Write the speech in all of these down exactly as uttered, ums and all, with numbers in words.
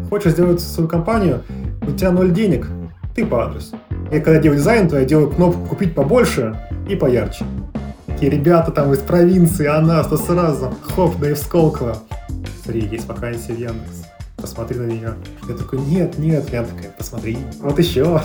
Хочешь сделать свою компанию, у тебя ноль денег, ты по адресу. Я когда делаю дизайн, то я делаю кнопку «Купить побольше» и поярче. Такие ребята там из провинции, а нас то сразу, хоп, да и в Сколково. Смотри, есть вакансия в Яндекс, посмотри на нее. Я такой, нет, нет, я такая, посмотри, вот еще.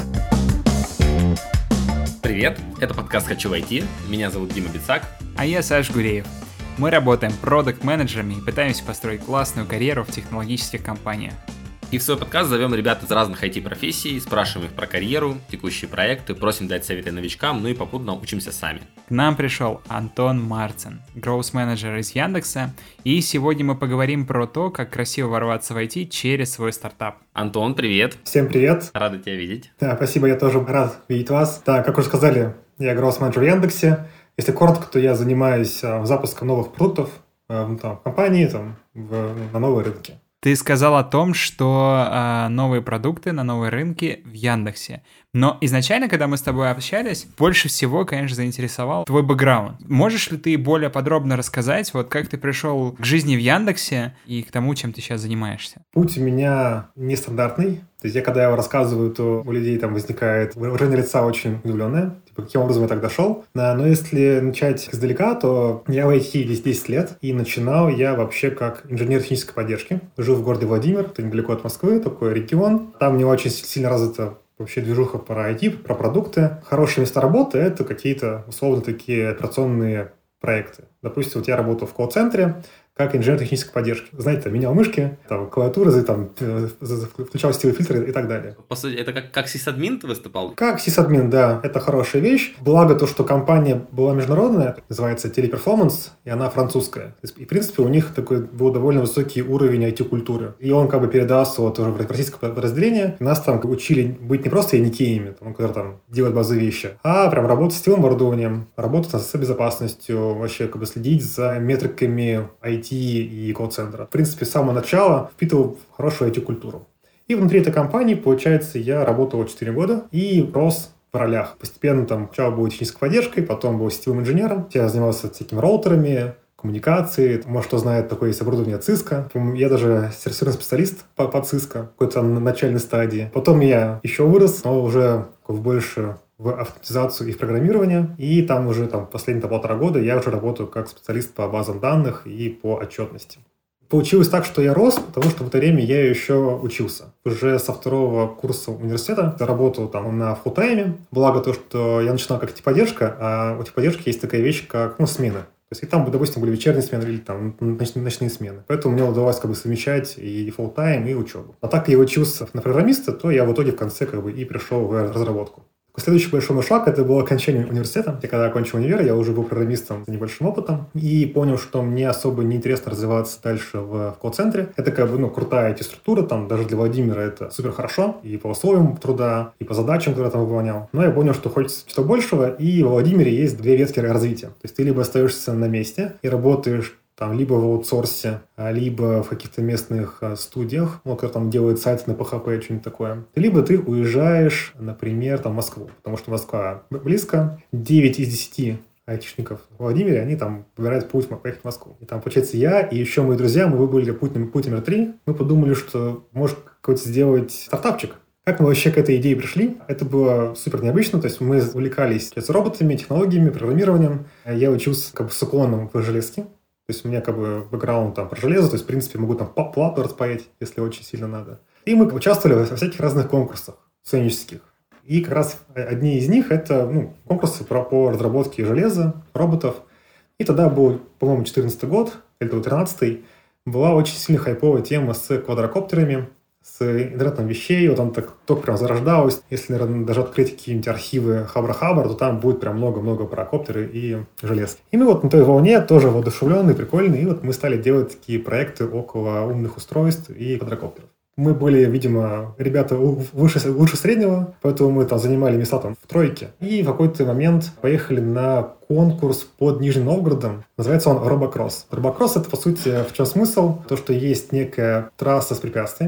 Привет, это подкаст «Хочу войти», меня зовут Дима Бицак. А я Саш Гуреев. Мы работаем продакт-менеджерами и пытаемся построить классную карьеру в технологических компаниях. И в свой подкаст зовем ребят из разных ай ти-профессий, спрашиваем их про карьеру, текущие проекты, просим дать советы новичкам, ну и попутно учимся сами. К нам пришел Антон Марцин, гроус-менеджер из Яндекса, и сегодня мы поговорим про то, как красиво ворваться в ай ти через свой стартап. Антон, привет. Всем привет. Рада тебя видеть. Да, спасибо, я тоже рад видеть вас. Да, как уже сказали, я гроус-менеджер в Яндексе. Если коротко, то я занимаюсь а, запуском новых продуктов а, там, в компании, там, в, на новые рынки. Ты сказал о том, что э, новые продукты на новые рынки в Яндексе. Но изначально, когда мы с тобой общались, больше всего, конечно, заинтересовал твой бэкграунд. Можешь ли ты более подробно рассказать, вот как ты пришел к жизни в Яндексе и к тому, чем ты сейчас занимаешься? Путь у меня нестандартный. То есть я, когда его рассказываю, то у людей там возникает выражение лица очень удивленное. Типа, каким образом я так дошел? Да, но если начать издалека, то я в ай ти здесь десять лет, и начинал я вообще как инженер технической поддержки. Жил в городе Владимир, это недалеко от Москвы, такой регион. Там не очень сильно развита вообще движуха про ай ти, про продукты. Хорошие места работы – это какие-то условно такие операционные проекты. Допустим, вот я работал в колл-центре как инженер технической поддержки. Знаете, там, менял мышки, там, клавиатуры, там, включал сетевые фильтры и так далее. По сути, это как, как сисадмин ты выступал? Как сисадмин, да. Это хорошая вещь. Благо то, что компания была международная, называется Teleperformance, и она французская. И, в принципе, у них такой был довольно высокий уровень ай ти-культуры. И он как бы передался вот тоже в российское подразделение. Нас там учили быть не просто яникеями, там, которые там делают базовые вещи, а прям работать с сетевым оборудованием, работать с безопасностью, вообще как бы следить за метриками ай ти и колл-центра. В принципе, с самого начала впитывал хорошую ай ти-культуру. И внутри этой компании, получается, я работал четыре года и рос в ролях. Постепенно там сначала был технической поддержкой, потом был сетевым инженером. Я занимался всякими роутерами, коммуникации. Может, кто знает, такое есть оборудование от Cisco. Я даже сервисный специалист по, по Cisco, какой-то там начальной стадии. Потом я еще вырос, но уже в больше в автоматизацию и в программирование. И там уже там, последние полтора года я уже работаю как специалист по базам данных и по отчетности. Получилось так, что я рос, потому что в это время я еще учился. Уже со второго курса университета работал там на фулл-тайме. Благо то, что я начинал как техподдержка, а у техподдержки есть такая вещь, как ну, смены. То есть и там, допустим, были вечерние смены или там ночные, ночные смены. Поэтому мне удалось как бы совмещать и фулл-тайм, и учебу. А так как я учился на программиста, то я в итоге в конце как бы и пришел в разработку. Следующий большой мой шаг – это было окончание университета. Я когда окончил универ, я уже был программистом с небольшим опытом и понял, что мне особо неинтересно развиваться дальше в, в колл-центре. Это как бы ну, крутая ай ти-структура, там даже для Владимира это супер хорошо и по условиям труда, и по задачам, которые я там выполнял. Но я понял, что хочется чего-то большего, и в Владимире есть две ветки развития. То есть ты либо остаешься на месте и работаешь там либо в аутсорсе, либо в каких-то местных а, студиях, ну, которые там делают сайты на пи эйч пи, что-нибудь такое. Либо ты уезжаешь, например, там, в Москву, потому что Москва близко. девять из десяти айтишников в Владимире, они там выбирают путь поехать в Москву. И там, получается, я и еще мои друзья, мы выбрали путь, путь номер три. Мы подумали, что может какой-то сделать стартапчик. Как мы вообще к этой идее пришли? Это было супер необычно, то есть мы увлекались роботами, технологиями, программированием. Я учился как бы с уклоном в железке. То есть у меня как бы бэкграунд там про железо, то есть, в принципе, могу там плату распаять, если очень сильно надо. И мы участвовали во всяких разных конкурсах сценических. И как раз одни из них – это ну, конкурсы про, по разработке железа, роботов. И тогда был, по-моему, четырнадцатый год, или тринадцатый, была очень сильно хайповая тема с квадрокоптерами, с интернетом вещей, вот он так только прям зарождалась. Если, наверное, даже открыть какие-нибудь архивы Хабра-Хабр, то там будет прям много-много про коптеры и железки. И мы вот на той волне тоже воодушевленные, прикольные, и вот мы стали делать такие проекты около умных устройств и квадрокоптеров. Мы были, видимо, ребята выше, выше среднего, поэтому мы там занимали места там в тройке. И в какой-то момент поехали на конкурс под Нижним Новгородом. Называется он Робокросс. Робокросс — это, по сути, в чем смысл? То, что есть некая трасса с препятствиями.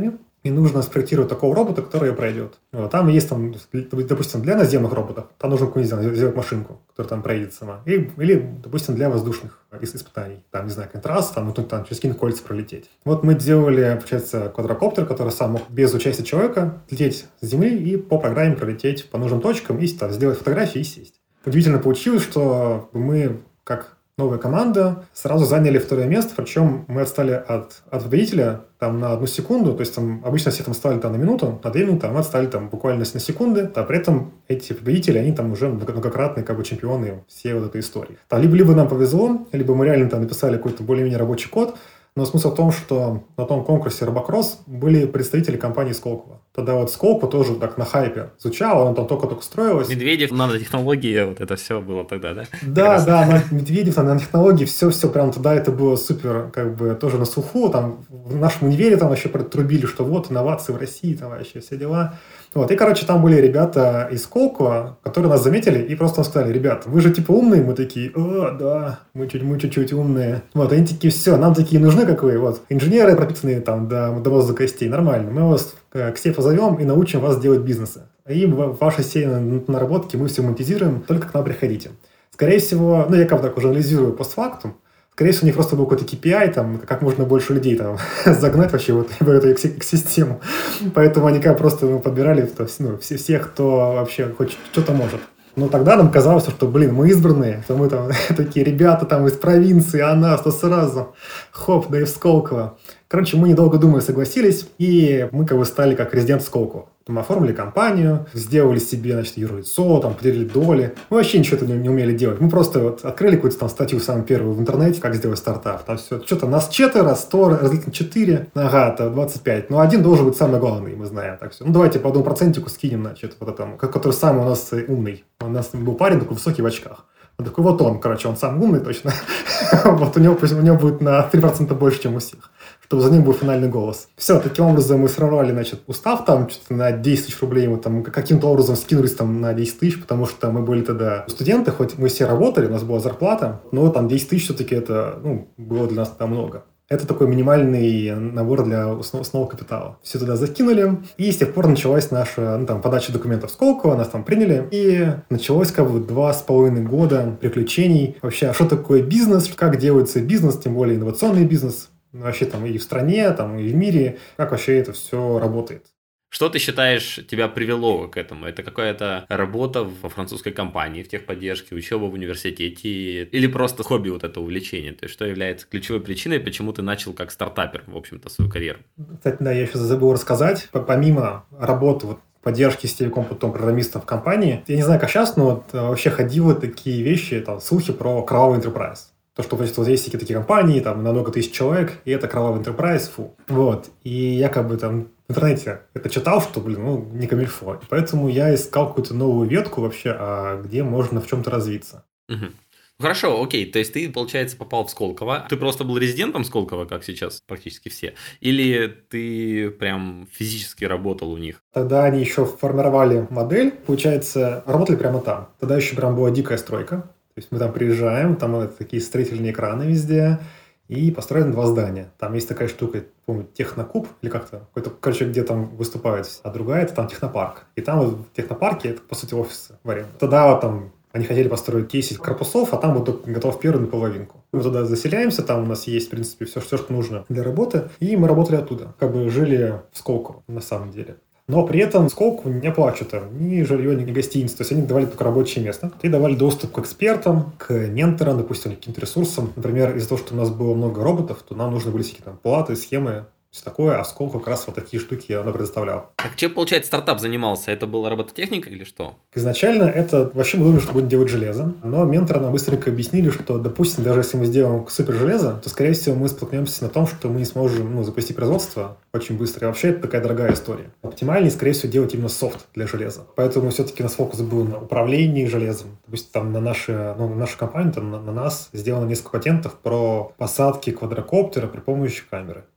и нужно спроектировать такого робота, который ее пройдет. Вот. Там есть, там, допустим, для наземных роботов, там нужно какую-нибудь сделать машинку, которая там проедет сама. И, или, допустим, для воздушных испытаний. Там, не знаю, какая-то трасса, там, ну, там через какие-то кольца пролететь. Вот мы делали, получается, квадрокоптер, который сам мог без участия человека лететь с Земли и по программе пролететь по нужным точкам и там, сделать фотографии и сесть. Удивительно получилось, что мы, как новая команда, сразу заняли второе место, причем мы отстали от, от победителя там, на одну секунду, то есть там, обычно все там стали там, на минуту, на две минуты, а мы отстали там, буквально на секунды, а при этом эти победители, они там уже многократные как бы, чемпионы всей вот этой истории. Там, либо, либо нам повезло, либо мы реально там, написали какой-то более-менее рабочий код, но смысл в том, что на том конкурсе Робокросс были представители компании Сколково. Тогда вот Сколково тоже так на хайпе звучало, он там только-только строилось. Медведев, нанотехнологии, вот это все было тогда, да? Да, да, на Медведев, нанотехнологии, все-все прям тогда это было супер, как бы тоже на слуху. Там в нашем универе там вообще трубили, что вот инновации в России, там вообще все дела. Вот. И, короче, там были ребята из Сколково, которые нас заметили и просто нам сказали: ребят, вы же типа умные? Мы такие: о, да, мы, чуть, мы чуть-чуть умные. Вот, они такие: все, нам такие нужны, как вы. Вот, инженеры пропитанные там до, до мозга костей, нормально. Мы вас к себе позовем и научим вас делать бизнесы. И ваши все наработки мы все монетизируем, только к нам приходите. Скорее всего, ну, я как бы так уже анализирую постфактум, скорее всего, у них просто был какой-то кей пи ай, там, как можно больше людей там, загнать вообще вот в эту экосистему. Поэтому они как просто ну, подбирали то, ну, всех, кто вообще хоть что-то может. Но тогда нам казалось, что, блин, мы избранные, что мы там такие ребята там из провинции, а нас то сразу хоп, да и в Сколково. Короче, мы недолго думая согласились, и мы как бы стали как резидент Сколково. Мы оформили компанию, сделали себе, значит, юрлицо, там, поделили доли. Мы вообще ничего этого не умели делать. Мы просто вот открыли какую-то там статью самую первую в интернете, как сделать стартап. Там все, что-то нас четверо, сто, различно четыре, ага, это двадцать пять. Но один должен быть самый главный, мы знаем. Так все. Ну, давайте по одному процентику скинем, значит, вот этому, который самый у нас умный. У нас был парень такой высокий в очках. Он такой: вот он, короче, он самый умный точно. Вот у него, у него будет на три процента больше, чем у всех, чтобы за ним был финальный голос. Все, таким образом мы сорвали, значит, устав там что-то на десять тысяч рублей, мы там каким-то образом скинулись там на десять тысяч, потому что мы были тогда студенты, хоть мы все работали, у нас была зарплата, но там десять тысяч все-таки это, ну, было для нас там много. Это такой минимальный набор для основного капитала. Все туда закинули, и с тех пор началась наша ну, там, подача документов в Сколково, нас там приняли, и началось как бы два с половиной года приключений. Вообще, что такое бизнес, как делается бизнес, тем более инновационный бизнес, вообще там и в стране, там, и в мире, как вообще это все работает. Что ты считаешь тебя привело к этому? Это какая-то работа во французской компании, в техподдержке, учеба в университете или просто хобби, вот это увлечение? То есть что является ключевой причиной, почему ты начал как стартапер, в общем-то, свою карьеру? Кстати, да, я сейчас забыл рассказать. Помимо работы вот, поддержки сетевиком, потом программистом в компании, я не знаю, как сейчас, но вот, вообще ходили такие вещи, там, слухи про кровавый enterprise. То, что значит, вот есть такие, такие компании, там, на много тысяч человек, и это кровавый enterprise, фу. Вот. И я как бы там в интернете это читал, что, блин, ну, не камильфо. И поэтому я искал какую-то новую ветку вообще, а где можно в чем-то развиться. Угу. Хорошо, окей, то есть ты, получается, попал в Сколково. Ты просто был резидентом Сколково, как сейчас практически все? Или ты прям физически работал у них? Тогда они еще формировали модель, получается, работали прямо там. Тогда еще прям была дикая стройка. То есть мы там приезжаем, там вот такие строительные экраны везде, и построены два здания. Там есть такая штука, помню, Технокуб, или как-то, какой-то, короче, где там выступают, а другая это там Технопарк. И там вот в Технопарке это, по сути, офисы в аренду. Тогда вот там они хотели построить десять корпусов, а там вот готов первый на половинку. Мы туда заселяемся, там у нас есть, в принципе, все, все, что нужно для работы, и мы работали оттуда. Как бы жили в Сколково, на самом деле. Но при этом Сколково не оплачивают ни жилье, ни гостиницу. То есть они давали только рабочее место. И давали доступ к экспертам, к менторам, допустим, к каким-то ресурсам. Например, из-за того, что у нас было много роботов, то нам нужны были всякие там платы, схемы, все такое, а Сколково как раз вот такие штуки она предоставляла. Так чем, получается, стартап занимался? Это была робототехника или что? Изначально это вообще мы думали, что будем делать железо, но менторы нам быстренько объяснили, что, допустим, даже если мы сделаем супер железо, то, скорее всего, мы столкнемся на том, что мы не сможем ну, запустить производство очень быстро. И вообще это такая дорогая история. Оптимальнее, скорее всего, делать именно софт для железа. Поэтому все-таки у нас фокус был на управлении железом. Допустим, там на, наши, ну, на нашу компанию, там, на, на нас сделано несколько патентов про посадки квадрокоптера при помощи камеры.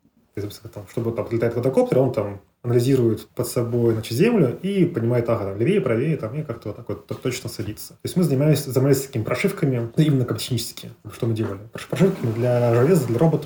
Чтобы там подлетает квадрокоптер, он там анализирует под собой значит, землю и понимает, ага, там, левее, правее, там, и как-то вот так вот точно садится. То есть мы занимались, занимались такими прошивками, именно как технически, что мы делали. Прошивками для железа, для роботов.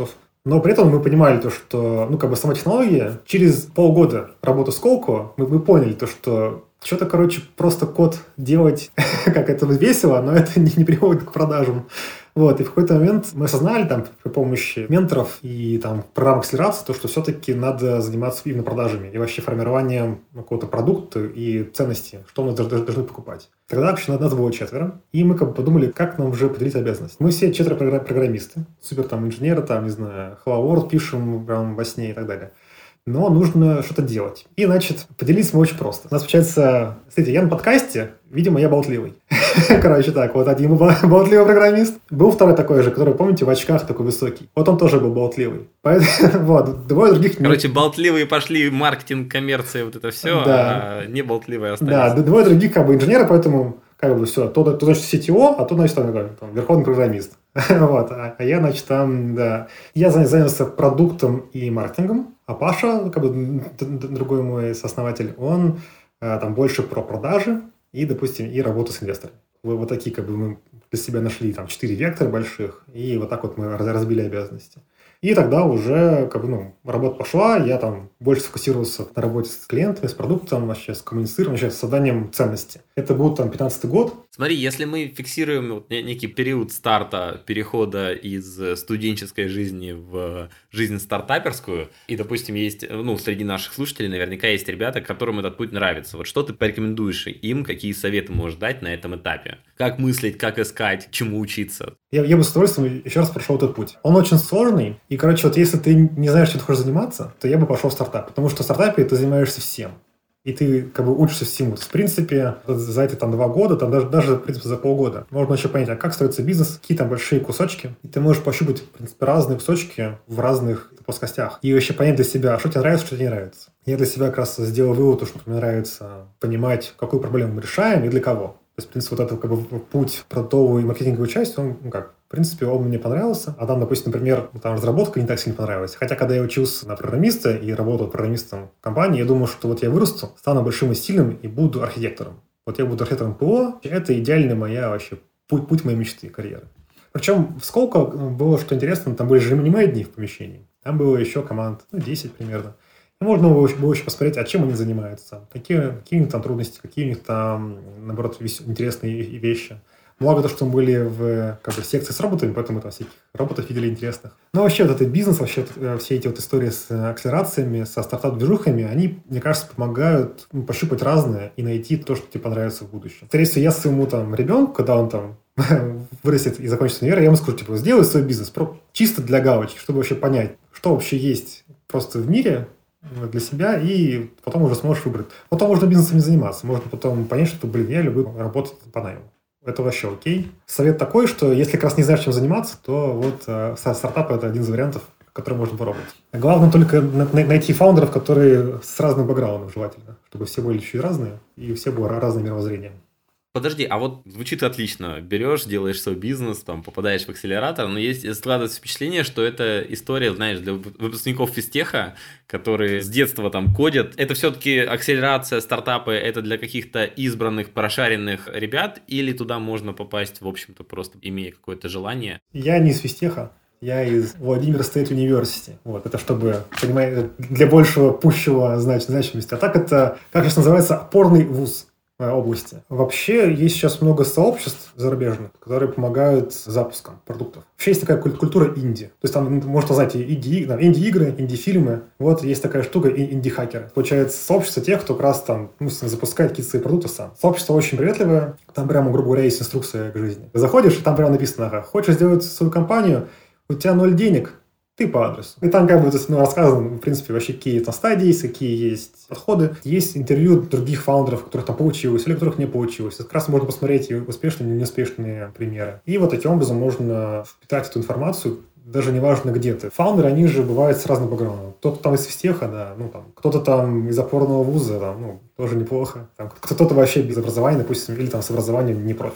Но при этом мы понимали то, что, ну, как бы сама технология, через полгода работы с Колко мы, мы поняли то, что что-то, короче, просто код делать, как это весело, но это не, не приводит к продажам. Вот, и в какой-то момент мы осознали там при помощи менторов и там программ акселерации то, что все-таки надо заниматься именно продажами и вообще формированием какого-то продукта и ценности, что мы должны, должны покупать. Тогда вообще нас было четверо, и мы как бы подумали, как нам уже поделить обязанность. Мы все четверо программисты, супер там инженеры, там, не знаю, Hello World пишем прям во сне и так далее. Но нужно что-то делать. И, значит, поделиться мы очень просто. У нас получается, смотрите, я на подкасте, видимо, я болтливый. Короче, так, вот один болтливый программист. Был второй такой же, который, помните, в очках такой высокий. Вот он тоже был болтливый. Поэтому, вот, двое других... Короче, болтливые пошли маркетинг, коммерция, вот это все, да. А не болтливые остались. Да, двое других как бы инженеры, поэтому как бы все. То, то значит, си ти о, а то, значит, там, там, верховный программист. Вот, а, а я, значит, там, да. Я занялся продуктом и маркетингом, а Паша, как бы другой мой сооснователь, он а, там больше про продажи и, допустим, и работу с инвесторами. Вот, вот такие, как бы, мы для себя нашли там четыре вектора больших, и вот так вот мы разбили обязанности. И тогда уже, как бы, ну, работа пошла, я там больше сфокусировался на работе с клиентами, с продуктом, вообще с коммуницированием, вообще с созданием ценности. Это был там пятнадцатый год. Смотри, если мы фиксируем вот некий период старта, перехода из студенческой жизни в жизнь стартаперскую, и, допустим, есть, ну, среди наших слушателей наверняка есть ребята, которым этот путь нравится. Вот что ты порекомендуешь им, какие советы можешь дать на этом этапе? Как мыслить, как искать, чему учиться? Я, я бы с удовольствием еще раз прошел этот путь. Он очень сложный, и, короче, вот если ты не знаешь, чем ты хочешь заниматься, то я бы пошел в стартап, потому что в стартапе ты занимаешься всем. И ты как бы учишься всему. В принципе, за эти там два года, там даже, даже в принципе, за полгода можно еще понять, а как строится бизнес, какие там большие кусочки. И ты можешь пощупать, в принципе, разные кусочки в разных плоскостях. И вообще понять для себя, что тебе нравится, что тебе не нравится. Я для себя как раз сделал вывод, что мне нравится понимать, какую проблему мы решаем и для кого. То есть, в принципе, вот этот как бы, путь продуктовой и маркетинговой части, он, ну как, в принципе, он мне понравился. А там, допустим, например, там разработка не так сильно понравилась. Хотя, когда я учился на программиста и работал программистом в компании, я думал, что вот я вырасту, стану большим и сильным и буду архитектором. Вот я буду архитектором ПО. Это идеальная моя вообще путь, путь моей мечты, карьеры. Причем в Сколково было что интересно, там были же не мои дни в помещении. Там было еще команд, ну, десять примерно. И можно было еще посмотреть, а чем они занимаются, какие, какие у них там трудности, какие у них там, наоборот, интересные вещи. Благо то, что мы были в как бы, секции с роботами, поэтому мы там всяких роботов видели интересных. Но вообще вот этот бизнес, вообще все эти вот истории с акселерациями, со стартап-движухами, они, мне кажется, помогают ну, пощупать разное и найти то, что тебе понравится в будущем. Скорее всего, я своему там ребенку, когда он там вырастет и закончит универ, я ему скажу, типа, сделай свой бизнес чисто для галочки, чтобы вообще понять, что вообще есть просто в мире для себя, и потом уже сможешь выбрать. Потом можно бизнесом не заниматься, можно потом понять, что, блин, я люблю работать по найму. Это вообще окей. Совет такой, что если как раз не знаешь, чем заниматься, то вот э, стартап – это один из вариантов, который можно попробовать. Главное только найти фаундеров, которые с разным бэкграундом желательно, чтобы все были чуть разные, и все было разное мировоззрение. Подожди, а вот звучит отлично. Берешь, делаешь свой бизнес, там, попадаешь в акселератор, но есть складывается впечатление, что это история, знаешь, для выпускников физтеха, которые с детства там кодят. Это все-таки акселерация, стартапы, это для каких-то избранных, прошаренных ребят, или туда можно попасть, в общем-то, просто имея какое-то желание? Я не из физтеха. Я из Владимир Стейт Университи. Вот, это чтобы, понимаете, для большего, пущего знач- значимости. А так это, как сейчас называется, опорный вуз области. Вообще есть сейчас много сообществ зарубежных, которые помогают с запуском продуктов. Вообще есть такая культура инди. То есть там можно назвать инди, там, инди-игры, инди-фильмы. Вот есть такая штука инди-хакеры. Получается сообщество тех, кто как раз там ну, запускает какие-то свои продукты сам. Сообщество очень приветливое. Там прямо, грубо говоря, есть инструкция к жизни. Заходишь, и там прямо написано, ага, хочешь сделать свою компанию, у тебя ноль денег, ты по адресу. И там как бы ну, рассказано, в принципе, вообще какие там стадии есть, какие есть подходы. Есть интервью других фаундеров, у которых там получилось или у которых не получилось. Как раз можно посмотреть и успешные, и неуспешные примеры. И вот таким образом можно впитать эту информацию, даже неважно где ты. Фаундеры, они же бывают с разным бэкграундом. Кто-то там из физтеха, да, ну там, кто-то там из опорного вуза, там, ну, тоже неплохо. Там, кто-то вообще без образования, допустим, или там с образованием непрофильным.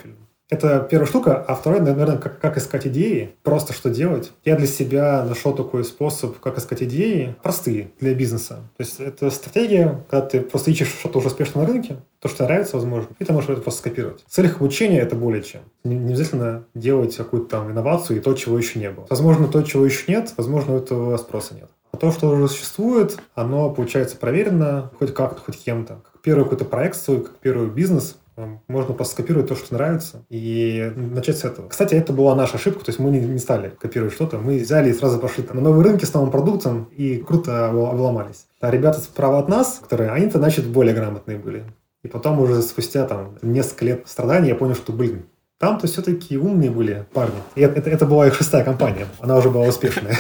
Это первая штука, а вторая, наверное, как, как искать идеи, просто что делать. Я для себя нашел такой способ, как искать идеи, простые для бизнеса. То есть это стратегия, когда ты просто ищешь что-то уже успешно на рынке, то, что тебе нравится, возможно, и ты можешь это просто скопировать. В целях обучения это более чем. Не, не обязательно делать какую-то там инновацию и то, чего еще не было. Возможно, то, чего еще нет, возможно, этого спроса нет. А то, что уже существует, оно, получается, проверено хоть как-то, хоть кем-то. Как первый какой-то проект свой, как первый бизнес, можно просто скопировать то, что нравится, и начать с этого. Кстати, это была наша ошибка, то есть мы не, не стали копировать что-то, мы взяли и сразу пошли на новые рынки с новым продуктом и круто обломались. А ребята справа от нас, которые, они-то, значит, более грамотные были. И потом уже спустя там несколько лет страданий я понял, что, блин, там-то все-таки умные были парни. И это, это была их шестая компания, она уже была успешная.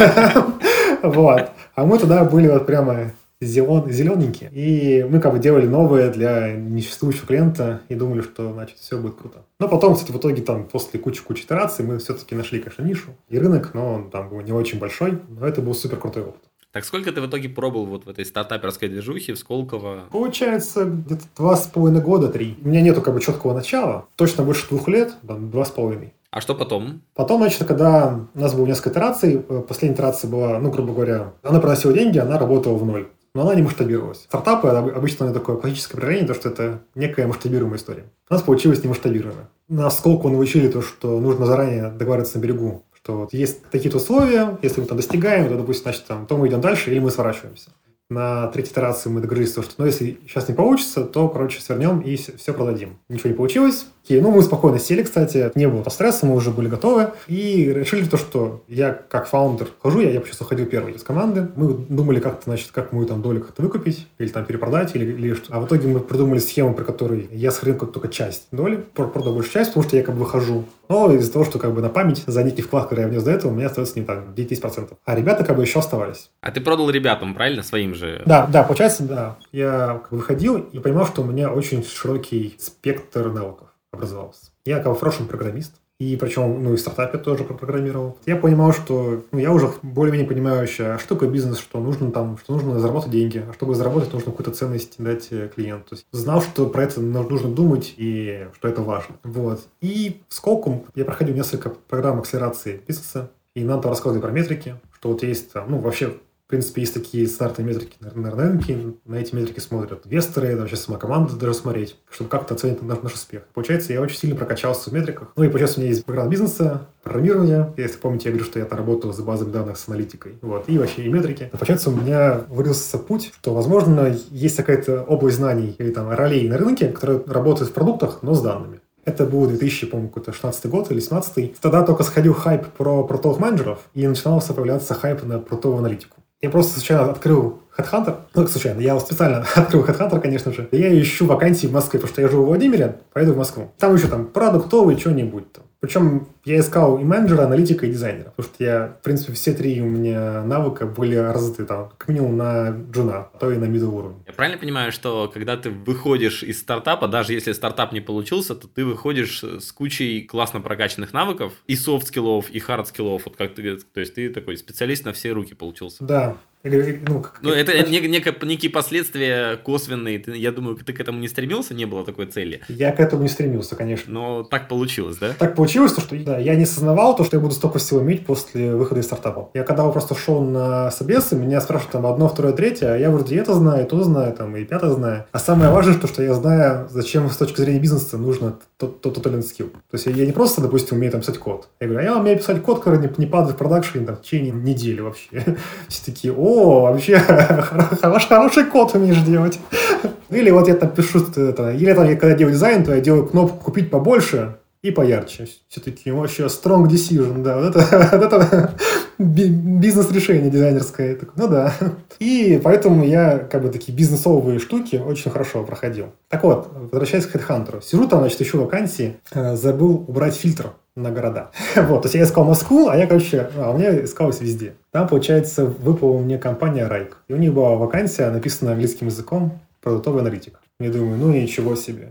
Вот. А мы тогда были вот прямо... Зелен, зелененькие. И мы как бы делали новое для несуществующего клиента и думали, что, значит, все будет круто. Но потом, кстати, в итоге там после кучи-кучи итераций мы все-таки нашли, конечно, нишу и рынок, но он там был не очень большой, но это был супер крутой опыт. Так сколько ты в итоге пробовал вот в этой стартаперской движухе в Сколково? Получается, где-то два с половиной года, три. У меня нету как бы четкого начала, точно больше двух лет, там, два с половиной. А что потом? Потом, значит, когда у нас было несколько итераций, последняя итерация была, ну, грубо говоря, она приносила деньги, она работала в ноль. Но она не масштабировалась. Стартапы обычно такое классическое определение, то, что это некая масштабируемая история. У нас получилось не масштабируемая. Нас сколько научили то, что нужно заранее договариваться на берегу, что вот есть такие-то условия, если мы там достигаем, то, допустим, значит, там, то мы идем дальше или мы сворачиваемся. На третьей итерации мы договорились, что ну, если сейчас не получится, то, короче, свернем и все продадим. Ничего не получилось. И, ну, мы спокойно сели, кстати, не было стресса, мы уже были готовы. И решили то, что я как фаундер хожу, я, я сейчас уходил первый из команды. Мы думали как-то, значит, как мою там долю как-то выкупить, или там перепродать, или, или что. А в итоге мы придумали схему, при которой я сохранил только часть доли, продал большую часть, потому что я как бы выхожу. Но из-за того, что как бы на память за некий вклад, который я внес до этого, у меня остается не так, десять процентов. А ребята как бы еще оставались. А ты продал ребятам, правильно, своим же? Да, да, получается, да. Я как бы выходил и понимал, что у меня очень широкий спектр навыков образовался. Я как бы хороший программист. И причем, ну, и в стартапе тоже программировал. Я понимал, что ну, я уже более-менее понимаю, что такое бизнес, что нужно там, что нужно заработать деньги, а чтобы заработать, нужно какую-то ценность дать клиенту. То есть знал, что про это нужно думать и что это важно. Вот. И в Сколково я проходил несколько программ акселерации бизнеса, и нам там рассказывали про метрики, что вот есть там, ну, вообще, в принципе, есть такие стартовые метрики на рынке, на эти метрики смотрят инвесторы, вообще сама команда даже смотреть, чтобы как-то оценить наш, наш успех. Получается, я очень сильно прокачался в метриках. Ну и получается, у меня есть программа бизнеса, программирование. Если помните, я говорю, что я там работал за базами данных с аналитикой. Вот. И вообще и метрики. И получается, у меня вырился путь, что, возможно, есть какая-то область знаний или там ролей на рынке, которая работает в продуктах, но с данными. Это был две тысячи, по-моему, шестнадцатый год или семнадцатый. Тогда только сходил хайп про продуктовых менеджеров, и начинался появляться хайп на продуктовую аналитику. Я просто случайно открыл HeadHunter. Ну, случайно. Я специально открыл HeadHunter, конечно же. И я ищу вакансии в Москве, потому что я живу в Владимире, поеду в Москву. Там еще там продуктовый, что-нибудь там. Причем я искал и менеджера, аналитика, и дизайнера. Потому что я, в принципе, все три у меня навыка были развиты там, как минимум на джуна, а то и на middle уровне. Я правильно понимаю, что когда ты выходишь из стартапа, даже если стартап не получился, то ты выходишь с кучей классно прокачанных навыков, и софт-скиллов, и хард-скиллов. Вот как ты, то есть ты такой специалист на все руки получился. Да. Ну, как, ну, это как... не, не, некие последствия косвенные. Ты, я думаю, ты к этому не стремился, не было такой цели. Я к этому не стремился, конечно. Но так получилось, да? Так получилось, то, что да, я не осознавал то, что я буду столько всего иметь после выхода из стартапа. Я когда просто шел на собесы, меня спрашивают там одно, второе, третье, а я вроде это знаю, и то знаю, там, и пятое знаю. А самое важное, то, что я знаю, зачем с точки зрения бизнеса нужно тот total skill. То есть я не просто, допустим, умею там писать код. Я говорю, а я умею писать код, который не, не падает в продакшн там, в течение недели вообще. Все такие, о, вообще хороший, хороший код умеешь делать. Или вот я там пишу, это, или там, я, когда делаю дизайн, то я делаю кнопку «Купить побольше» и поярче. Все-таки вообще strong decision, да, вот это, вот это бизнес-решение дизайнерское. Ну да. И поэтому я как бы такие бизнесовые штуки очень хорошо проходил. Так вот, возвращаясь к HeadHunter. Сижу там, значит, ищу вакансии, забыл убрать фильтр на города. Вот, то есть я искал Москву, а я, короче, а у меня искалось везде. Там, получается, выпала мне компания Райк. И у них была вакансия, написана английским языком, продуктовый аналитик. Я думаю, ну ничего себе.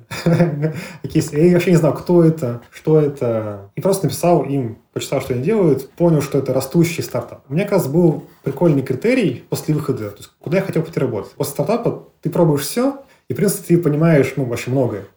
Я вообще не знал, кто это, что это. И просто написал им, почитал, что они делают, понял, что это растущий стартап. У меня, как раз, был прикольный критерий после выхода, то есть куда я хотел пойти работать. После стартапа ты пробуешь все, и, в принципе, ты понимаешь, ну, вообще многое.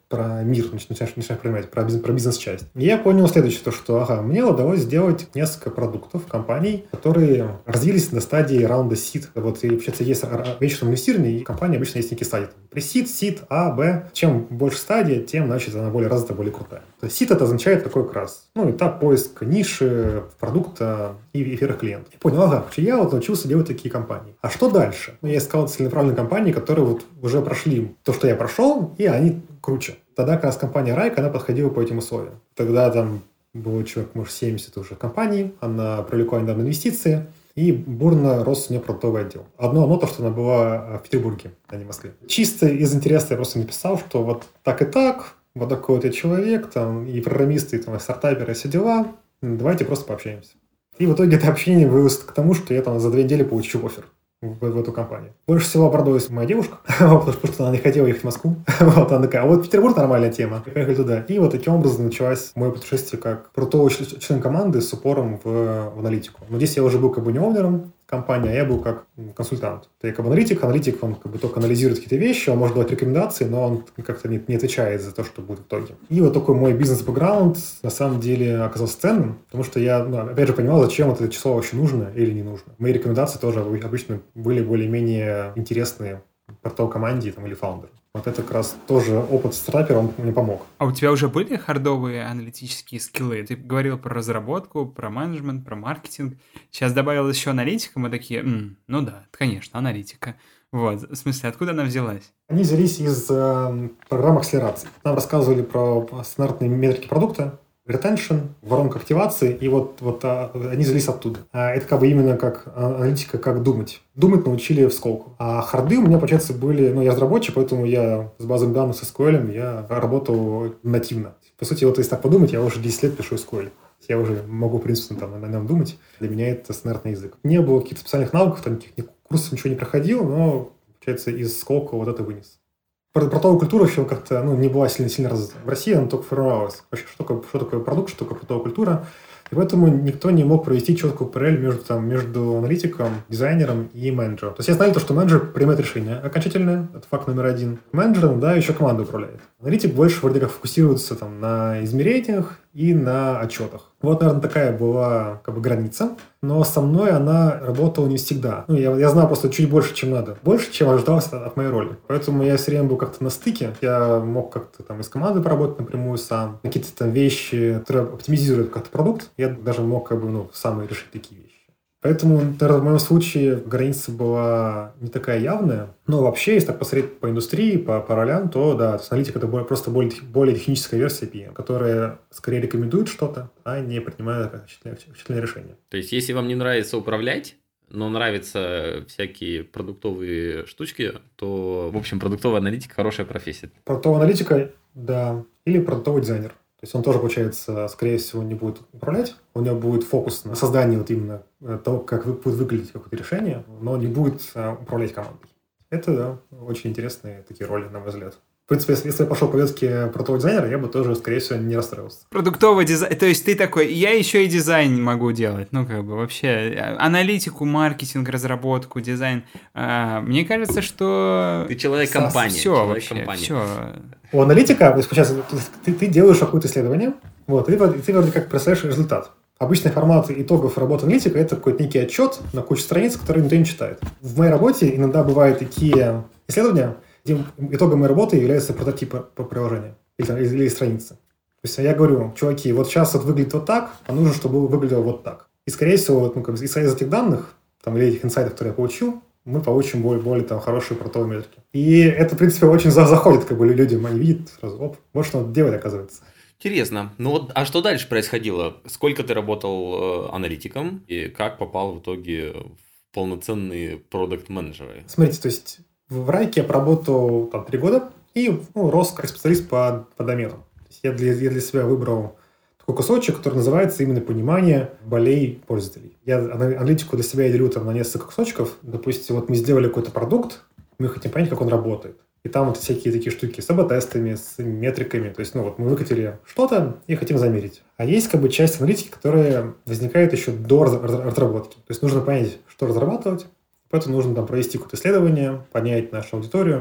про мир начинаешь, начинаешь понимать, про, бизнес, про бизнес-часть. И я понял следующее, то, что ага, мне удалось сделать несколько продуктов, компаний, которые развились на стадии раунда сид. Вот, и вообще есть венчурное инвестирование, и компания обычно есть некие стадии. Pre-seed, seed, A, B. Чем больше стадия, тем, значит, она более развита, более крутая. То есть seed это означает такой как раз, ну, этап поиска ниши, продукта и, и первых клиентов. Я понял, ага, я вот научился делать такие компании. А что дальше? Ну, я искал целенаправленные компании, которые вот уже прошли то, что я прошел, и они круче. Тогда как раз компания Райк, она подходила по этим условиям. Тогда там было человек, может, семьдесят уже компаний, она привлекла недавно инвестиции, и бурно рос у нее продуктовый отдел. Одно, одно то, что она была в Петербурге, а не в Москве. Чисто из интереса я просто написал, что вот так и так, вот такой вот я человек, там, и программисты, и, там, и стартаперы, и все дела, давайте просто пообщаемся. И в итоге это общение вылилось к тому, что я там за две недели получил оффер в, в эту компанию. Больше всего обрадовалась моя девушка, потому что она не хотела ехать в Москву. Вот, она такая, а вот Петербург нормальная тема. Поехали туда. И вот таким образом началось мое путешествие как крутого члена команды с упором в, в аналитику. Но здесь я уже был как бы не овнером компании, а я был как консультант. Я как бы аналитик. Аналитик, он как бы только анализирует какие-то вещи, он может давать рекомендации, но он как-то не, не отвечает за то, что будет в итоге. И вот такой мой бизнес-бэкграунд на самом деле оказался ценным, потому что я, ну, опять же, понимал, зачем вот это число вообще нужно или не нужно. Мои рекомендации тоже обычно были более-менее интересные портал команде там, или фаундеру. Вот это как раз тоже опыт стартапера, он мне помог. А у тебя уже были хардовые аналитические скиллы? Ты говорил про разработку, про менеджмент, про маркетинг. Сейчас добавил еще аналитика, мы такие, М, ну да, конечно, аналитика. Вот, в смысле, откуда она взялась? Они взялись из э, программ акселерации. Нам рассказывали про стандартные метрики продукта, retention, воронка активации, и вот, вот а, они взялись оттуда. А это как бы именно как аналитика, как думать. Думать научили в сколку. А харды у меня, получается, были... Ну, я разработчик, поэтому я с базами данных с эс ку эль я работал нативно. По сути, вот если так подумать, я уже десять лет пишу эс ку эль. Я уже могу, в принципе, там, на нем думать. Для меня это стандартный язык. Не было каких-то специальных навыков, там, никаких курсов, ничего не проходил, но, получается, из сколка вот это вынес. Продуктовая культура еще как-то ну, не была сильно, сильно развита. В России она только формировалась. Вообще, что такое, что такое продукт, что такое продуктовая культура. И поэтому никто не мог провести четкую параллель между, там, между аналитиком, дизайнером и менеджером. То есть я знаю то, что менеджер принимает решение окончательное, это факт номер один. Менеджер, да, еще команда управляет. Аналитик больше вроде как фокусируется там, на измерениях и на отчетах. Вот, наверное, такая была как бы граница. Но со мной она работала не всегда. Ну, я, я знал просто чуть больше, чем надо. Больше, чем ожидалось от, от моей роли. Поэтому я все время был как-то на стыке. Я мог как-то там из команды поработать напрямую сам. Какие-то там вещи, которые оптимизируют как-то продукт. Я даже мог как бы, ну, сам решить такие вещи. Поэтому, наверное, в моем случае граница была не такая явная. Но вообще, если так посмотреть по индустрии, по, по ролям, то да, аналитика – это более, просто более, более техническая версия пи эм, которая скорее рекомендует что-то, а не принимает окончательное решение. То есть, если вам не нравится управлять, но нравятся всякие продуктовые штучки, то, в общем, продуктовая аналитика – хорошая профессия. Продуктовая аналитика, да, или продуктовый дизайнер. То есть он тоже, получается, скорее всего, не будет управлять. У него будет фокус на создании вот именно того, как будет выглядеть какое-то решение, но не будет управлять командой. Это, да, очень интересные такие роли, на мой взгляд. В принципе, если, если я пошел по ветке продуктового дизайнера, я бы тоже, скорее всего, не расстроился. Продуктовый дизайн, то есть ты такой, я еще и дизайн могу делать, ну как бы вообще аналитику, маркетинг, разработку, дизайн. А, мне кажется, что ты человек компании. Все человек вообще, компании. все. У аналитика, сейчас ты, ты делаешь какое-то исследование, вот, и ты, ты вроде как представляешь результат. Обычный формат итогов работы аналитика – это какой-то некий отчет на кучу страниц, который никто не читает. В моей работе иногда бывают такие исследования, где итогом моей работы является прототип приложения или, или страницы. То есть я говорю, чуваки, вот сейчас это выглядит вот так, а нужно, чтобы выглядело вот так. И, скорее всего, ну, как, исходя из этих данных там, или этих инсайтов, которые я получил, мы получим более, более там, хорошие продуктовые метрики. И это, в принципе, очень заходит как бы, людям. Они видят сразу, оп, вот что надо делать, оказывается. Интересно. Ну вот, а что дальше происходило? Сколько ты работал э, аналитиком и как попал в итоге в полноценные продакт-менеджеры? Смотрите, то есть в Райке я поработал там три года и ну, рос как специалист по, по доменам. То есть я, для, я для себя выбрал такой кусочек, который называется именно понимание болей пользователей. Я аналитику для себя я делю там на несколько кусочков. Допустим, вот мы сделали какой-то продукт, мы хотим понять, как он работает. И там вот всякие такие штуки с эй би-тестами, с метриками. То есть, ну вот мы выкатили что-то и хотим замерить. А есть как бы часть аналитики, которая возникает еще до разработки. То есть нужно понять, что разрабатывать. Поэтому нужно там провести какое-то исследование, понять нашу аудиторию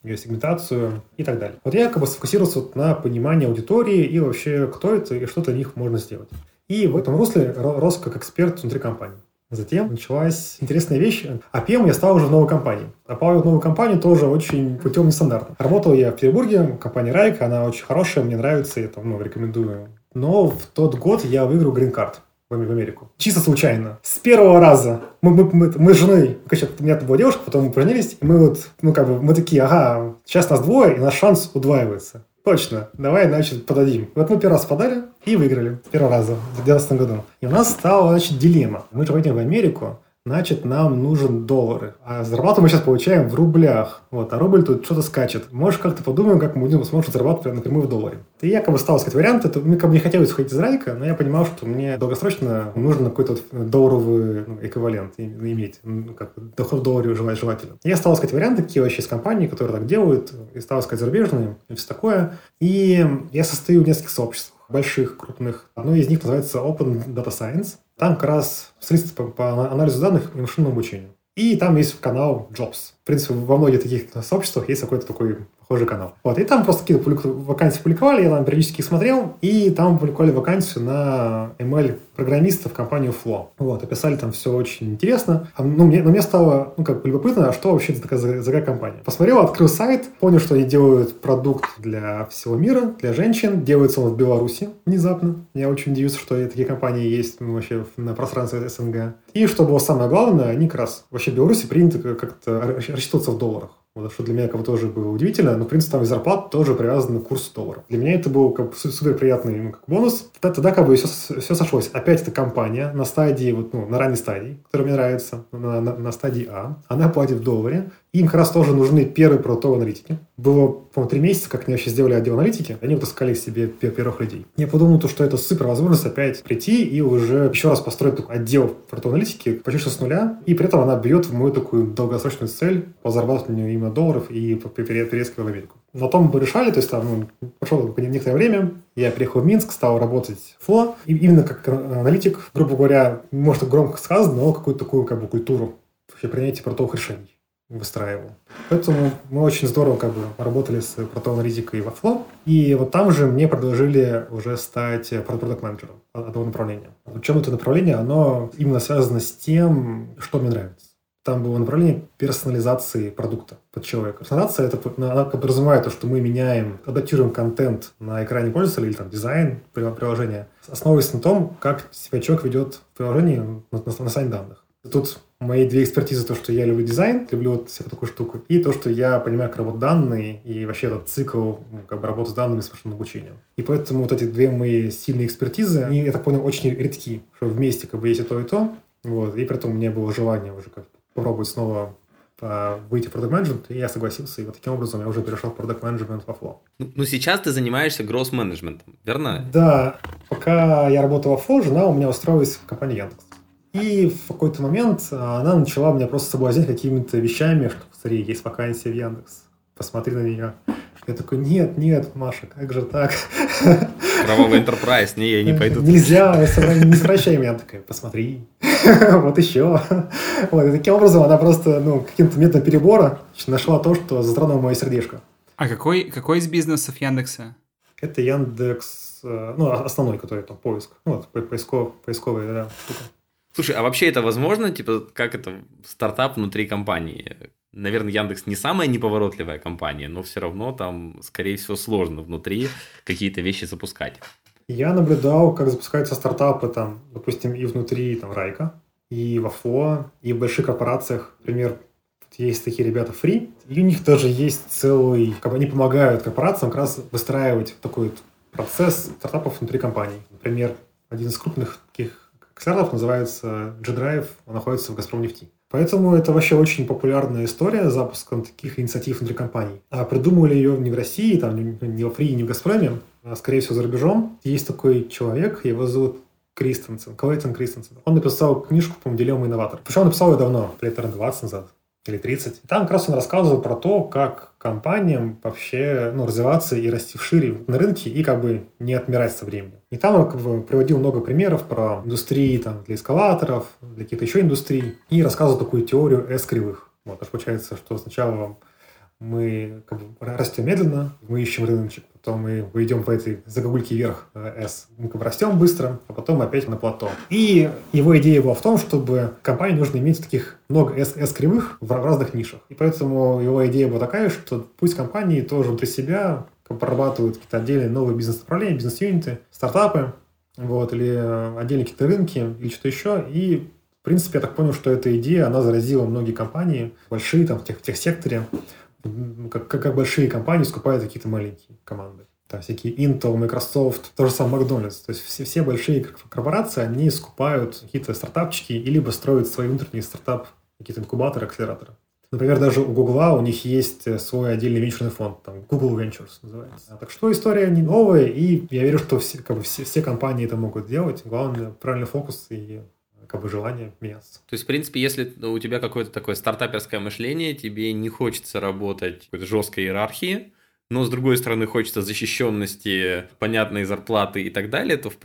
ее сегментацию и так далее. Вот я как бы сфокусировался вот на понимании аудитории и вообще, кто это и что для них можно сделать. И в этом русле рос как эксперт внутри компании. Затем началась интересная вещь. А пи эм я стал уже в новой компании. А попал в новую компанию тоже очень путем нестандартным. Работал я в Петербурге, компания Райка, она очень хорошая, мне нравится, я там, ну, рекомендую. Но в тот год я выиграл грин-карт в Америку. Чисто случайно. С первого раза. Мы, мы, мы, мы с женой, короче, у меня была девушка, потом мы поженились, и мы вот, ну как бы, мы такие, ага, сейчас нас двое, и наш шанс удваивается. Точно, давай, значит, подадим. Вот мы первый раз подали и выиграли. Первого раза в две тысячи двенадцатом году. И у нас стала, значит, дилемма. Мы же поедем в Америку, значит, нам нужен доллары. А зарплату мы сейчас получаем в рублях. Вот, а рубль тут что-то скачет. Может, как-то подумаем, как мы будем сможем зарабатывать напрямую в долларе. И я как бы стал искать варианты. Это, мне как бы не хотелось сходить из Райка, но я понимал, что мне долгосрочно нужно какой-то вот долларовый, ну, эквивалент иметь. Ну, как доход в долларе желательно. И я стал искать варианты, какие вообще есть компании, которые так делают. И стал искать зарубежные и все такое. И я состою в нескольких сообществах. Больших, крупных. Одно из них называется Open Data Science. Там как раз специалисты по, по анализу данных и машинному обучению. И там есть канал Jobs. В принципе, во многих таких сообществах есть какой-то такой похожий канал. Вот. И там просто какие-то вакансии публиковали, я там периодически их смотрел, и там публиковали вакансию на эм эл-программиста в компанию Flow. Вот. Описали там все очень интересно. Ну, мне, но мне стало, ну, как бы любопытно, а что вообще это такая за, за какая компания. Посмотрел, открыл сайт, понял, что они делают продукт для всего мира, для женщин. Делается он в Беларуси внезапно. Я очень удивился, что такие компании есть, ну, вообще на пространстве эс эн гэ. И что было самое главное, они как раз вообще в Беларуси принято как-то рассчитываться в долларах. Вот, что для меня как бы тоже было удивительно, но, в принципе, там и зарплата тоже привязана к курсу доллара. Для меня это был как бы супер приятный, ну, как бонус. Тогда, тогда как бы все, все сошлось. Опять эта компания на стадии, вот, ну, на ранней стадии, которая мне нравится, на, на, на стадии А. Она платит в долларе. Им как раз тоже нужны первые продуктовые аналитики. Было, по-моему, три месяца, как они вообще сделали отдел аналитики. Они вот искали себе первых людей. Я подумал, что это супер возможность опять прийти и уже еще раз построить такой отдел продуктовой аналитики почти с нуля. И при этом она бьет в мою такую долгосрочную цель по зарабатыванию именно долларов и по переездке в Америку. На том мы решали, то есть там, ну, прошло некоторое время, я приехал в Минск, стал работать в Flow. И именно как аналитик, грубо говоря, может, громко сказано, но какую-то такую как бы культуру вообще принятия продуктовых решений выстраивал. Поэтому мы очень здорово как бы работали с продуктовой аналитикой во Flow. И вот там же мне предложили уже стать продакт-менеджером одного направления. Причем это направление, оно именно связано с тем, что мне нравится. Там было направление персонализации продукта под человека. Персонализация, это, она подразумевает то, что мы меняем, адаптируем контент на экране пользователя или там дизайн приложения, основываясь на том, как себя человек ведет в приложении на, на, на сайте данных. Тут мои две экспертизы, то, что я люблю дизайн, люблю вот всякую такую штуку, и то, что я понимаю, как работают данные, и вообще этот цикл, ну, как бы работы с данными с машинным обучением. И поэтому вот эти две мои сильные экспертизы, они, я так понял, очень редки, что вместе как бы есть и то, и то. Вот. И при этом у меня было желание уже как попробовать снова а, выйти в продакт-менеджмент, и я согласился, и вот таким образом я уже перешел в продакт-менеджмент во Flow. Ну, ну, сейчас ты занимаешься гросс-менеджментом, верно? Да. Пока я работал во Flow, жена у меня устроилась в компанию Яндекс. И в какой-то момент она начала меня просто соблазнять какими-то вещами, что, смотри, есть вакансия в Яндекс, посмотри на нее. Я такой, нет, нет, Маша, как же так? Кровавый Enterprise, не, я не пойду. Нельзя, не совращай меня. Она такая, посмотри, вот еще. Вот, и таким образом она просто, ну, каким-то методом перебора нашла то, что затронуло мое сердечко. А какой, какой из бизнесов Яндекса? Это Яндекс, ну, основной, который там поиск. Ну, вот, поисков, поисковая, да, штука. Слушай, а вообще это возможно? Типа, как это стартап внутри компании? Наверное, Яндекс не самая неповоротливая компания, но все равно там, скорее всего, сложно внутри какие-то вещи запускать. Я наблюдал, как запускаются стартапы, там, допустим, и внутри там, Райка, и во Flow, и в больших корпорациях. Например, есть такие ребята Free, и у них даже есть целый... Они помогают корпорациям как раз выстраивать такой процесс стартапов внутри компаний. Например, один из крупных таких стартап называется G-Drive, он находится в Газпромнефти. Поэтому это вообще очень популярная история с запуском таких инициатив внутри компаний. А придумали ее не в России, там, не во Фри, не в Газпроме, а скорее всего за рубежом. Есть такой человек, его зовут Кристенсен, Клейтон Кристенсен. Он написал книжку, по-моему, «Дилемма инноватора». Причем он написал ее давно, лет двадцать назад. Или тридцать. И там как раз он рассказывал про то, как компаниям вообще ну, развиваться и расти вшире на рынке и как бы не отмирать со временем. И там он как бы приводил много примеров про индустрии там, для эскалаторов, для каких-то еще индустрий, и рассказывал такую теорию S-кривых. Вот, аж получается, что сначала мы как бы растем медленно, мы ищем рыночек, потом мы идем по этой загогульке вверх S. Мы как бы растем быстро, а потом опять на плато. И его идея была в том, чтобы компании нужно иметь таких много S-кривых в разных нишах. И поэтому его идея была такая, что пусть компании тоже внутри себя прорабатывают какие-то отдельные новые бизнес-направления, бизнес-юниты, стартапы, вот, или отдельные какие-то рынки, или что-то еще. И, в принципе, я так понял, что эта идея, она заразила многие компании, большие, там, в тех, в техсекторе, как, как, как большие компании скупают какие-то маленькие команды. Там всякие Intel, Microsoft, то же самое Макдональдс. То есть все, все большие корпорации, они скупают какие-то стартапчики и либо строят свои внутренние стартап, какие-то инкубаторы, акселераторы. Например, даже у Гугла у них есть свой отдельный венчурный фонд, там Google Ventures называется. Так что история не новая, и я верю, что все, как бы все, все компании это могут делать. Главное, правильный фокус и как бы желание меняться. То есть, в принципе, если у тебя какое-то такое стартаперское мышление, тебе не хочется работать в какой-то жесткой иерархии, но, с другой стороны, хочется защищенности, понятной зарплаты и так далее, то,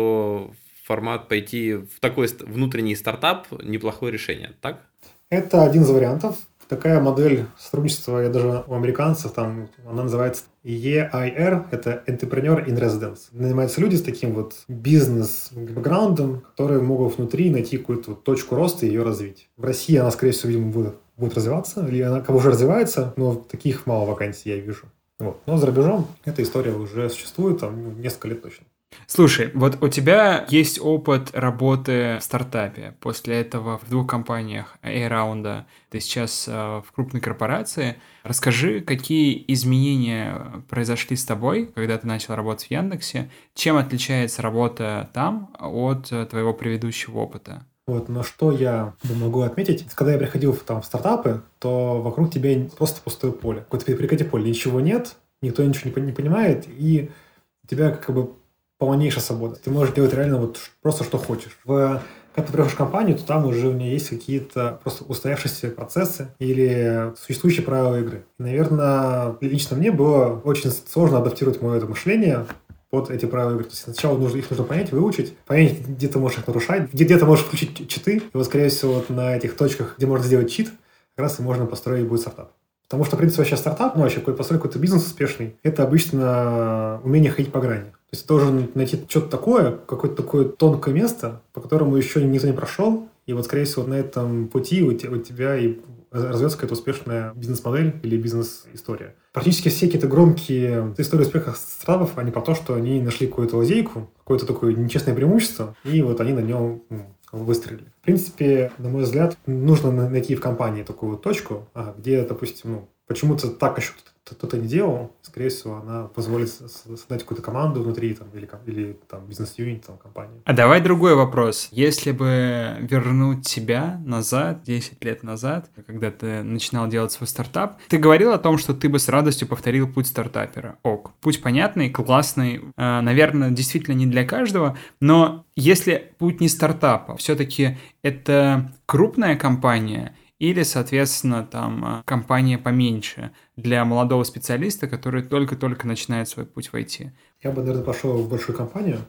то формат пойти в такой внутренний стартап – неплохое решение, так? Это один из вариантов. Такая модель сотрудничества, я даже у американцев, там, она называется и ай ар, это Entrepreneur in Residence. Нанимаются люди с таким вот бизнес-бэкграундом, которые могут внутри найти какую-то вот точку роста и ее развить. В России она, скорее всего, видимо, будет, будет развиваться, или она как бы уже развивается, но таких мало вакансий я вижу. Вот. Но за рубежом эта история уже существует, там, несколько лет точно. Слушай, вот у тебя есть опыт работы в стартапе. После этого в двух компаниях A-раунда, ты сейчас э, в крупной корпорации. Расскажи, какие изменения произошли с тобой, когда ты начал работать в Яндексе? Чем отличается работа там от твоего предыдущего опыта? Вот, но что я могу отметить, когда я приходил в, там, в стартапы, то вокруг тебя просто пустое поле. Какое-то перекати поле, ничего нет, никто ничего не, не понимает, и у тебя как бы полнейшая свобода. Ты можешь делать реально вот просто что хочешь. В, когда ты приходишь в компанию, то там уже у нее есть какие-то просто устоявшиеся процессы или существующие правила игры. И, наверное, лично мне было очень сложно адаптировать мое это мышление под эти правила игры. То есть сначала нужно, их нужно понять, выучить, понять, где ты можешь их нарушать, где, где ты можешь включить читы. И вот, скорее всего, вот на этих точках, где можно сделать чит, как раз и можно построить будет стартап. Потому что, в принципе, вообще стартап, ну, вообще построить какой-то бизнес успешный, это обычно умение ходить по грани. То есть ты должен найти что-то такое, какое-то такое тонкое место, по которому еще никто не прошел. И вот, скорее всего, на этом пути у тебя, у тебя и развивается какая-то успешная бизнес-модель или бизнес-история. Практически все какие-то громкие истории успеха стартапов, они про то, что они нашли какую-то лазейку, какое-то такое нечестное преимущество, и вот они на нем ну, выстрелили. В принципе, на мой взгляд, нужно найти в компании такую вот точку, где, допустим, ну, почему-то так еще кто-то не делал, скорее всего, она позволит создать какую-то команду внутри там, или, или там, бизнес-юнит там, компании. А давай другой вопрос. Если бы вернуть тебя назад, десять лет назад, когда ты начинал делать свой стартап, ты говорил о том, что ты бы с радостью повторил путь стартапера. Ок. Путь понятный, классный, э, наверное, действительно не для каждого, но если путь не стартапа, все-таки это крупная компания или, соответственно, там компания поменьше для молодого специалиста, который только-только начинает свой путь в ай ти? Я бы, наверное, пошел в большую компанию,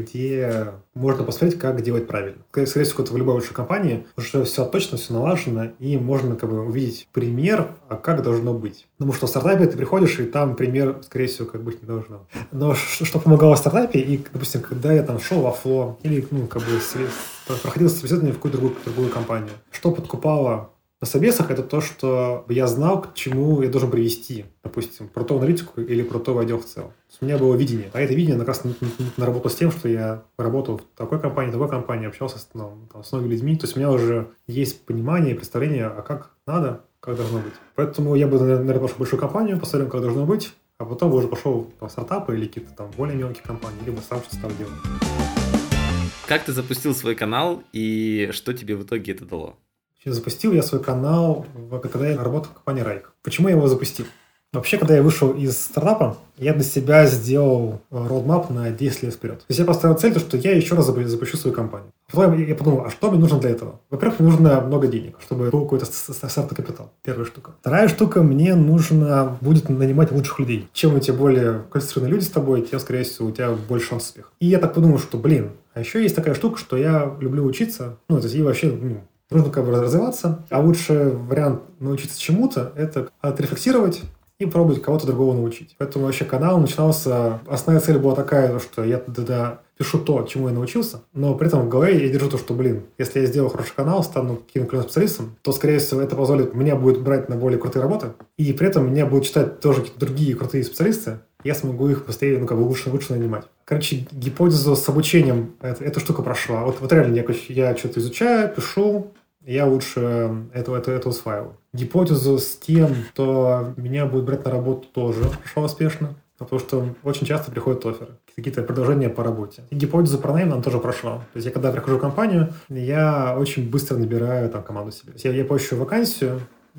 где можно посмотреть, как делать правильно. Скорее всего, в любой большой компании уже все точно, все налажено, и можно как бы увидеть пример, а как должно быть. Потому что в стартапе ты приходишь, и там пример, скорее всего, как быть не должно. Но что помогало в стартапе, и, допустим, когда я там шел во фло, или ну, как бы проходил собеседование в какую-то другую, другую компанию, что подкупало на собесах, это то, что я знал, к чему я должен привести, допустим, крутую аналитику или крутого отдел в целом. У меня было видение. А это видение как раз наработало с тем, что я работал в такой компании, в такой компании, общался с, ну, там, с многими людьми. То есть у меня уже есть понимание и представление, а как надо, как должно быть. Поэтому я бы, наверное, пошел в большую компанию, посмотрел, как должно быть, а потом уже пошел в стартапы или какие-то там более мелкие компании, либо сам что-то стал делать. Как ты запустил свой канал и что тебе в итоге это дало? Запустил я свой канал, когда я работал в компании Райк. Почему я его запустил? Вообще, когда я вышел из стартапа, я для себя сделал роудмап на десять лет вперед. То есть я поставил цель, что я еще раз запущу свою компанию. Потом я подумал, а что мне нужно для этого? Во-первых, мне нужно много денег, чтобы был какой-то стартовый капитал. Первая штука. Вторая штука, мне нужно будет нанимать лучших людей. Чем у тебя более квалифицированные люди с тобой, тем, скорее всего, у тебя больше шанс успеха. И я так подумал, что, блин, а еще есть такая штука, что я люблю учиться, ну, то есть и вообще, ну, Нужно как бы развиваться, а лучший вариант научиться чему-то – это отрефлексировать и пробовать кого-то другого научить. Поэтому вообще канал начинался... Основная цель была такая, что я тогда пишу то, чему я научился, но при этом в голове я держу то, что, блин, если я сделаю хороший канал, стану каким-то классным специалистом, то, скорее всего, это позволит мне будет брать на более крутые работы, и при этом меня будут читать тоже какие-то другие крутые специалисты, я смогу их быстрее, ну, как бы лучше, лучше нанимать. Короче, гипотезу с обучением, это, эта штука прошла. Вот, вот реально, я, я что-то изучаю, пишу, я лучше это, это, это усваиваю. Гипотезу с тем, что меня будут брать на работу, тоже прошла успешно, потому что очень часто приходят офферы, какие-то предложения по работе. И гипотезу про найм она тоже прошла. То есть я когда прихожу в компанию, я очень быстро набираю там команду себе. То есть я, я поищу вакансию,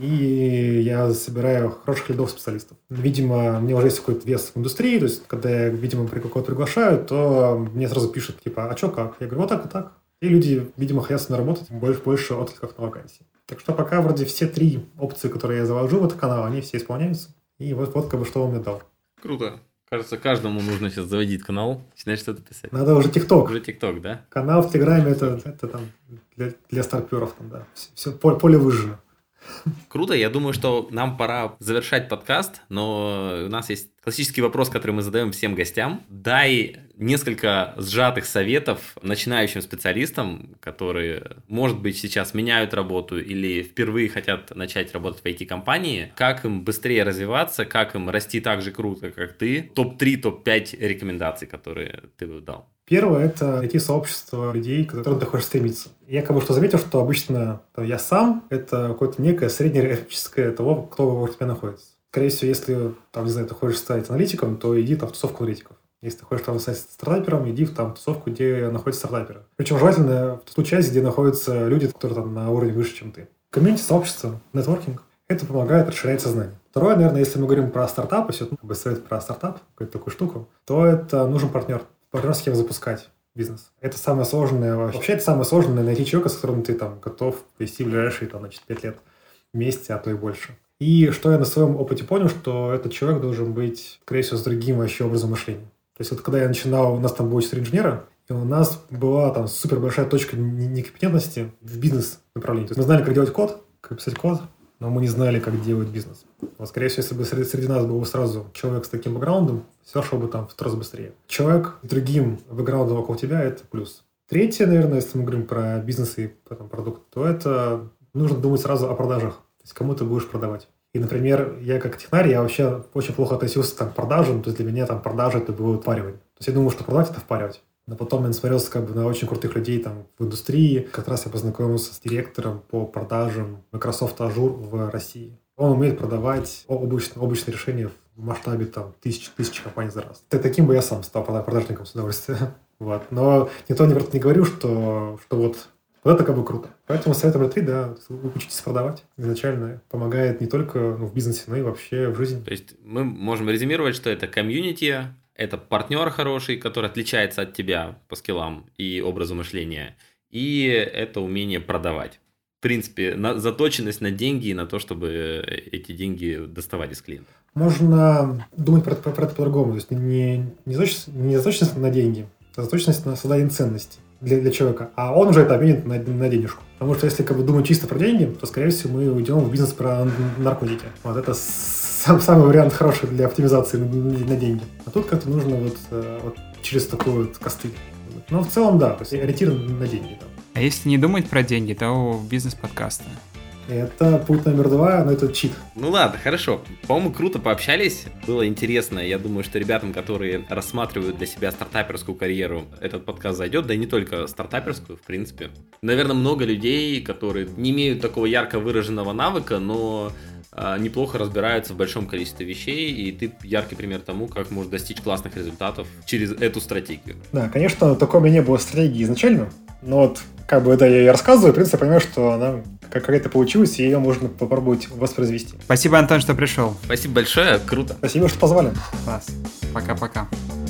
и я собираю хороших лидов специалистов. Видимо, у меня уже есть какой-то вес в индустрии, то есть когда я, видимо, кого-то приглашаю, то мне сразу пишут, типа, а что, как? Я говорю, вот так и так. И люди, видимо, хотят со мной работать, больше, больше откликов на вакансии. Так что пока вроде все три опции, которые я заложу в этот канал, они все исполняются. И вот, вот как бы что он мне дал. Круто. Кажется, каждому нужно сейчас заводить канал, начинать что-то писать. Надо уже ТикТок. Уже ТикТок, да? Канал в Телеграме это, это там для, для старперов, там, да. Все, все поле, поле выжжено. Круто, я думаю, что нам пора завершать подкаст, но у нас есть классический вопрос, который мы задаем всем гостям. Дай несколько сжатых советов начинающим специалистам, которые, может быть, сейчас меняют работу или впервые хотят начать работать в ай ти-компании, как им быстрее развиваться, как им расти так же круто, как ты. топ три, топ пять рекомендаций, которые ты бы дал. Первое – это найти сообщество людей, к которым ты хочешь стремиться. Я как бы что заметил, что обычно я сам – это какое-то некое среднеарифметическое того, кто вокруг тебя находится. Скорее всего, если, там, не знаю, ты хочешь стать аналитиком, то иди там, в тусовку аналитиков. Если ты хочешь там, стать стартапером, иди в там, тусовку, где находятся стартаперы. Причем желательно в ту часть, где находятся люди, которые там на уровне выше, чем ты. Комьюнити, сообщество, нетворкинг – это помогает расширять сознание. Второе, наверное, если мы говорим про стартапы, все, ну, как бы совет про стартап, какую-то такую штуку, то это нужен партнер. Партнер, с кем запускать бизнес. Это самое сложное. Вообще, это самое сложное найти человека, с которым ты там готов вести в ближайшие там, значит, пять лет вместе, а то и больше. И что я на своем опыте понял, что этот человек должен быть, скорее всего, с другим вообще образом мышления. То есть вот когда я начинал, у нас там было четыре инженера, и у нас была там супер большая точка некомпетентности в бизнес-направлении. То есть мы знали, как делать код, как писать код, но мы не знали, как делать бизнес. Вот, скорее всего, если бы среди, среди нас был сразу человек с таким бэкграундом, все шло бы там в три раза быстрее. Человек с другим бэкграундом вокруг тебя – это плюс. Третье, наверное, если мы говорим про бизнес и потом продукт, то это нужно думать сразу о продажах. То есть кому ты будешь продавать. И, например, я как технарь, я вообще очень плохо относился там, к продажам. То есть для меня там продажи – это было впаривание. То есть я думал, что продавать – это впаривать. Но потом я насмотрелся как бы на очень крутых людей там в индустрии. Как раз я познакомился с директором по продажам Microsoft Azure в России. Он умеет продавать облачные, облачные решения в масштабе там тысяч, тысяч компаний за раз. Таким бы я сам стал продажником с удовольствием. Вот. Но никто не, не говорю, что, что вот, вот это как бы круто. Поэтому совет номер три, да, учитесь продавать. Изначально помогает не только ну, в бизнесе, но и вообще в жизни. То есть мы можем резюмировать, что это комьюнити, это партнер хороший, который отличается от тебя по скиллам и образу мышления, и это умение продавать. В принципе, на, заточенность на деньги и на то, чтобы эти деньги доставать из клиента. Можно думать про, про, про это по-другому. То есть не, не, заточенность, не заточенность на деньги, а заточенность на создание ценности для, для человека. А он уже это обменит на, на денежку. Потому что если как бы, думать чисто про деньги, то, скорее всего, мы уйдем в бизнес про наркотики. Вот это сам, самый вариант хороший для оптимизации на, на деньги. А тут как-то нужно вот, вот через такой вот костыль. Но в целом, да, то есть ориентир на деньги. Да. А если не думать про деньги, то бизнес-подкасты. Это путь номер два, но это чит. Ну ладно, хорошо. По-моему, круто пообщались. Было интересно. Я думаю, что ребятам, которые рассматривают для себя стартаперскую карьеру, этот подкаст зайдет. Да и не только стартаперскую, в принципе. Наверное, много людей, которые не имеют такого ярко выраженного навыка, но э, неплохо разбираются в большом количестве вещей. И ты яркий пример тому, как можно достичь классных результатов через эту стратегию. Да, конечно, такой у меня не было стратегии изначально. Но вот как бы это я и рассказываю, в принципе, я понимаю, что она какая-то получилась, и ее можно попробовать воспроизвести. Спасибо, Антон, что пришел. Спасибо большое, круто. Спасибо, что позвали. Класс. Пока-пока.